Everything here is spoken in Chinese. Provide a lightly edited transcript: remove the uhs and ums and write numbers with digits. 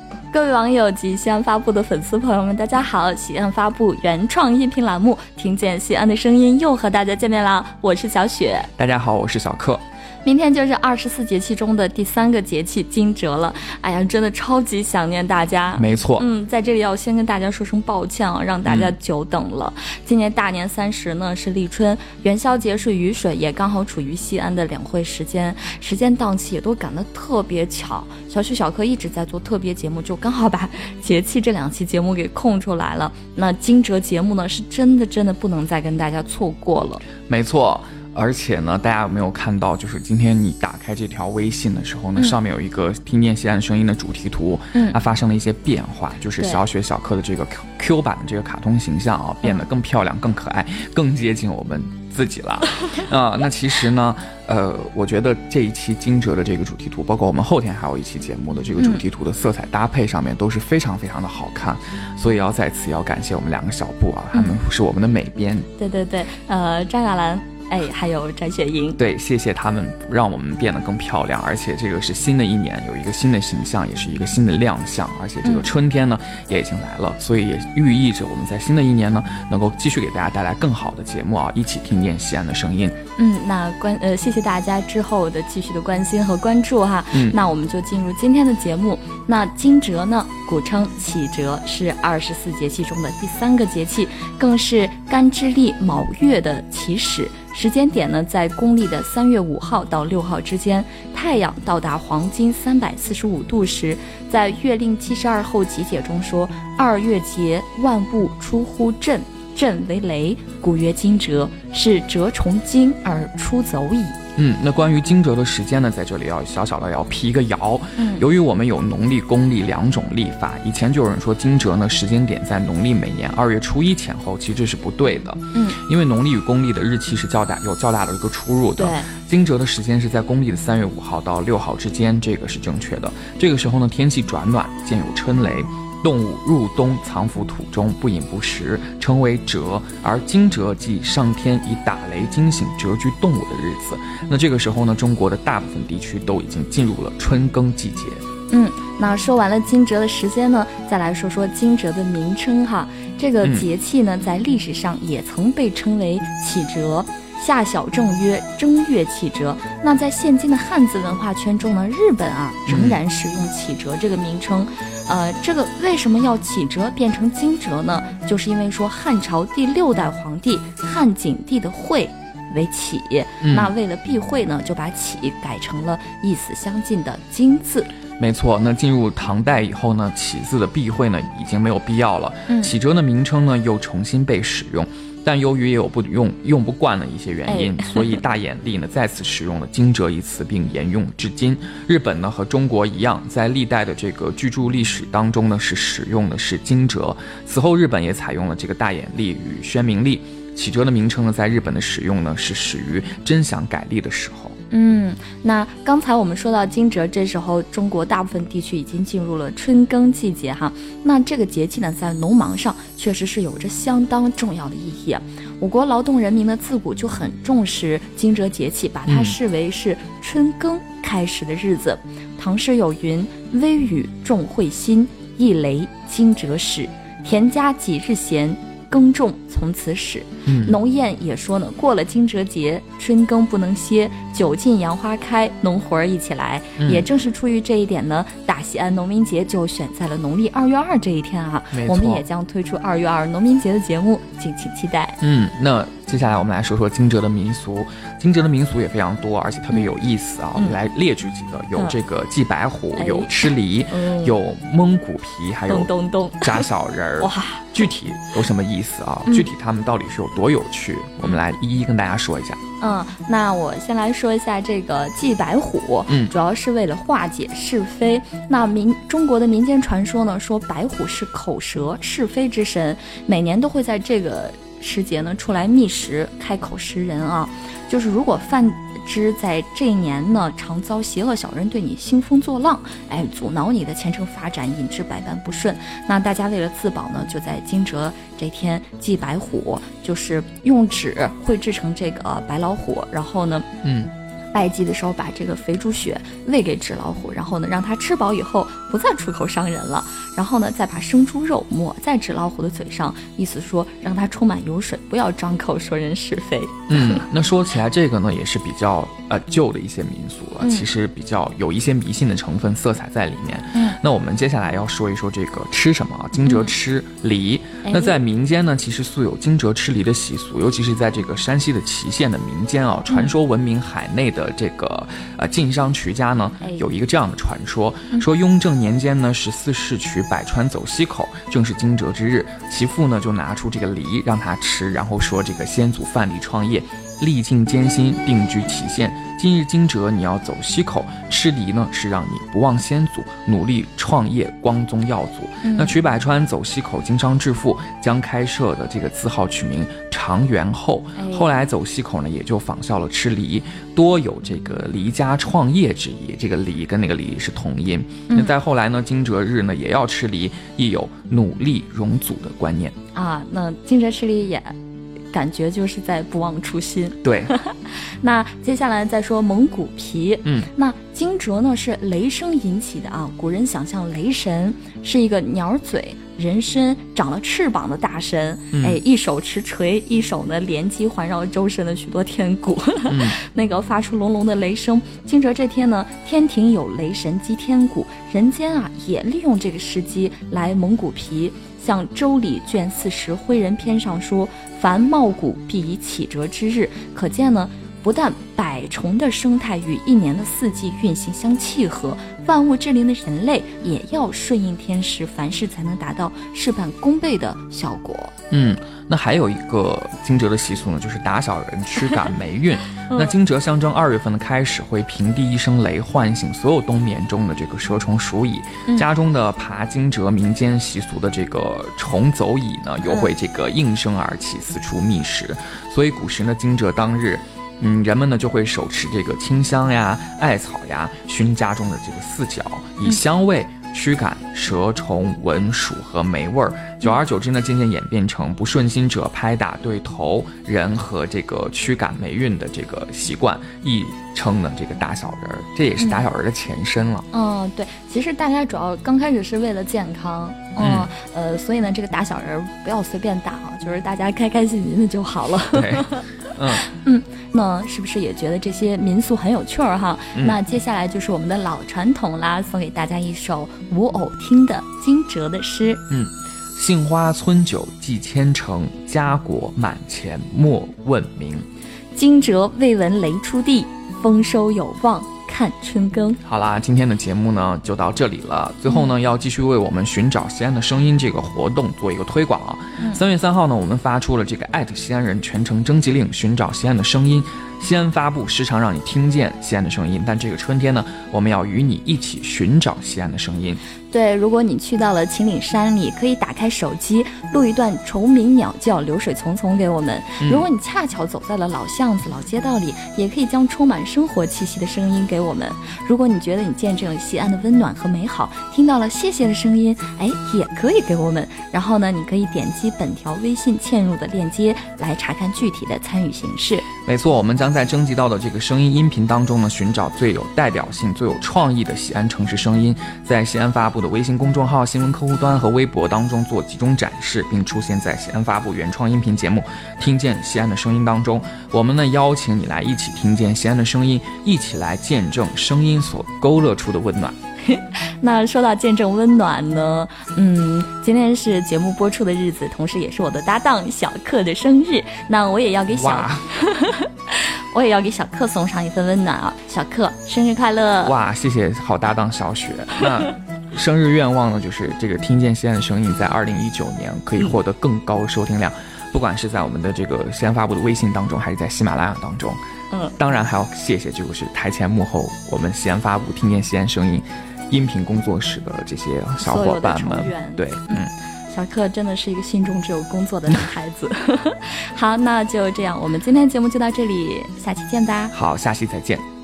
各位网友及西安发布的粉丝朋友们，大家好！西安发布原创音频栏目，听见西安的声音又和大家见面了，我是小雪。 大家好，我是小克。 明天就是24节气中的第3个节气惊蛰了，哎呀，真的超级想念大家。 没错， 在这里要先跟大家说声抱歉啊，让大家久等了。今年大年30呢是立春，元宵节是雨水，也刚好处于西安的两会时间档期也都赶得特别巧。小许小克一直在做特别节目，就刚好把节气这2期节目给空出来了。那惊蛰节目呢是真的不能再跟大家错过了。 没错。而且呢，大家有没有看到，就是今天你打开这条微信的时候呢，上面有一个听见西安声音的主题图，它发生了一些变化，就是小雪小克的这个 Q 版的这个卡通形象啊，变得更漂亮、更可爱、更接近我们自己了那其实呢，我觉得这一期惊蛰的这个主题图，包括我们后天还有一期节目的这个主题图的色彩搭配上面都是非常的好看，所以要在此要感谢我们2个小布啊，他们是我们的美编。 对，张雅兰。还有翟雪莹， 对，谢谢他们让我们变得更漂亮，而且这个是新的一年，有一个新的形象，也是一个新的亮相，而且这个春天呢也已经来了，所以也寓意着我们在新的一年呢能够继续给大家带来更好的节目啊，一起听见西安的声音。 那谢谢大家之后的继续的关心和关注哈。那我们就进入今天的节目。那惊蛰呢，古称启蛰，是24节气中的第3个节气，更是干支历卯月的起始。时间点呢，在公历的3月5号到6号之间，太阳到达黄金345度时，在月令72候集解中说：“2月节，万物出乎震，震为雷，故曰惊蛰，是蛰从惊而出走矣。” 那关于惊蛰的时间呢，在这里要小小的要辟一个谣。由于我们有农历、公历2种历法，以前就有人说惊蛰呢时间点在农历每年2月初1前后，其实这是不对的。因为农历与公历的日期是有较大的一个出入的。惊蛰的时间是在公历的3月5号到6号之间，这个是正确的。这个时候呢，天气转暖，见有春雷。动物入冬藏伏土中，不饮不食，称为蛰。而惊蛰即上天以打雷惊醒蛰居动物的日子。那这个时候呢，中国的大部分地区都已经进入了春耕季节。 那说完了惊蛰的时间呢，再来说说惊蛰的名称哈。这个节气呢，在历史上也曾被称为启蛰。夏小正曰正月启蛰。那在现今的汉字文化圈中呢，日本仍然使用启蛰这个名称。这个为什么要启蛰变成惊蛰呢？就是因为说汉朝第6代皇帝汉景帝的讳为启，那为了避讳呢，就把启改成了意思相近的惊字。 没错，那进入唐代以后呢，启字的避讳呢已经没有必要了。启蛰的名称呢又重新被使用，但由于也有用不惯的一些原因，所以大眼历呢再次使用了惊蛰一词，并沿用至今。日本呢和中国一样，在历代的这个居住历史当中呢是使用的是惊蛰，此后日本也采用了这个大眼历与宣明历。启蛰的名称呢在日本的使用呢是始于真祥改历的时候。 那刚才我们说到惊蛰，这时候中国大部分地区已经进入了春耕季节哈。那这个节气呢，在农忙上确实是有着相当重要的意义。我国劳动人民呢自古就很重视惊蛰节气，把它视为是春耕开始的日子。唐诗有云：“微雨众会心，一雷惊蛰始。田家几日闲，耕种从此始。”农谚也说呢，过了惊蛰节，春耕不能歇，酒尽杨花开，农活儿一起来。也正是出于这一点呢，大西安农民节就选在了农历2月2这一天我们也将推出2月2农民节的节目，敬请期待。 那接下来我们来说说惊蛰的民俗。惊蛰的民俗也非常多，而且特别有意思我们来列举几个，有这个祭白虎，有吃梨，有蒙古皮，还有扎小人儿。哇，具体有什么意思具体他们到底是有多有趣，我们来一一跟大家说一下。 那我先来说一下这个祭白虎，主要是为了化解是非。那中国的民间传说呢，说白虎是口舌是非之神，每年都会在这个时节呢出来觅食，开口食人就是如果犯之在这一年呢，常遭邪恶小人对你兴风作浪，阻挠你的前程发展，引致百般不顺。那大家为了自保呢，就在惊蛰这天祭白虎，就是用纸绘制成这个白老虎，然后呢拜祭的时候把这个肥猪血喂给纸老虎，然后呢让它吃饱以后不再出口伤人了，然后呢再把生猪肉抹在纸老虎的嘴上，意思说让它充满油水，不要张口说人是非。 那说起来这个呢也是比较旧的一些民俗了，其实比较有一些迷信的成分色彩在里面。那我们接下来要说一说这个吃什么啊？惊蛰吃梨。那在民间呢，其实素有惊蛰吃梨的习俗，尤其是在这个山西的祁县的民间啊，传说闻名海内的这个晋商瞿家呢，有一个这样的传说，说雍正年间呢，14世娶百川走西口，正是惊蛰之日，其父呢就拿出这个梨让他吃，然后说这个先祖范蠡创业，历尽艰辛，定居祁县。今日惊蛰，你要走西口，吃梨呢是让你不忘先祖，努力创业，光宗耀祖。那瞿百川走西口，经商致富，将开设的这个字号取名长元后。后来走西口呢，也就仿效了吃梨，多有这个离家创业之意。这个梨跟那个梨是同音。那再后来呢，惊蛰日呢也要吃梨，亦有努力荣祖的观念啊。那惊蛰吃梨也感觉就是在不忘初心。 对。 那接下来再说蒙古皮。那惊蛰呢是雷声引起的啊。古人想象雷神是一个鸟嘴人身长了翅膀的大神，一手持锤，一手呢连击环绕周身的许多天鼓，那个发出隆隆的雷声。惊蛰这天呢，天庭有雷神击天鼓，人间啊也利用这个时机来蒙古皮。像《周礼》卷40徽人篇上说，凡茂谷必以启蛰之日，可见呢，不但百虫的生态与一年的四季运行相契合，万物之灵的人类也要顺应天时，凡事才能达到事半功倍的效果。 那还有一个惊蛰的习俗呢，就是打小人驱赶霉运。那惊蛰象征2月份的开始，会平地一声雷，唤醒所有冬眠中的这个蛇虫鼠蚁。家中的爬惊蛰民间习俗的这个虫走蚁呢，又会这个应声而起，四处觅食。所以古时呢，惊蛰当日，人们呢就会手持这个清香呀、艾草呀，熏家中的这个四角，以香味驱赶蛇虫蚊鼠和霉味儿。久而久之呢，渐渐演变成不顺心者拍打对头人和这个驱赶霉运的这个习惯，亦称呢这个打小人，这也是打小人的前身了。 对，其实大家主要刚开始是为了健康，所以呢这个打小人不要随便打，就是大家开开心心的就好了。 对。 那是不是也觉得这些民俗很有趣儿哈？那接下来就是我们的老传统啦，送给大家一首吴偶听的惊蛰的诗。 杏花村酒祭千城，家国满前莫问名。 惊蛰未闻雷出地，丰收有望看春耕。 好啦，今天的节目呢就到这里了。最后呢，要继续为我们寻找西安的声音这个活动做一个推广啊。3月3号呢，我们发出了这个西安人全程征集令，寻找西安的声音。西安发布时常让你听见西安的声音，但这个春天呢，我们要与你一起寻找西安的声音。 对，如果你去到了秦岭山里，可以打开手机录一段虫鸣鸟叫、流水淙淙给我们。如果你恰巧走在了老巷子、老街道里，也可以将充满生活气息的声音给我们。如果你觉得你见证了西安的温暖和美好，听到了谢谢的声音，也可以给我们。然后呢，你可以点击本条微信嵌入的链接来查看具体的参与形式。 没错，我们将在征集到的这个声音音频当中呢，寻找最有代表性、最有创意的西安城市声音，在西安发布的微信公众号、新闻客户端和微博当中做集中展示，并出现在西安发布原创音频节目《听见西安的声音》当中。我们呢邀请你来一起听见西安的声音，一起来见证声音所勾勒出的温暖。 那说到见证温暖呢，今天是节目播出的日子，同时也是我的搭档小克的生日，那我也要给我也要给小克送上一份温暖啊！小克生日快乐！ 哇，谢谢好搭档小雪。那生日愿望呢，就是这个听见西安的声音在2019年可以获得更高收听量，不管是在我们的这个西安发布的微信当中，还是在喜马拉雅当中。当然还要谢谢就是台前幕后我们西安发布听见西安声音音频工作室的这些小伙伴们。对， 小克真的是一个心中只有工作的男孩子。好，那就这样，我们今天节目就到这里，下期见吧。 好，下期再见。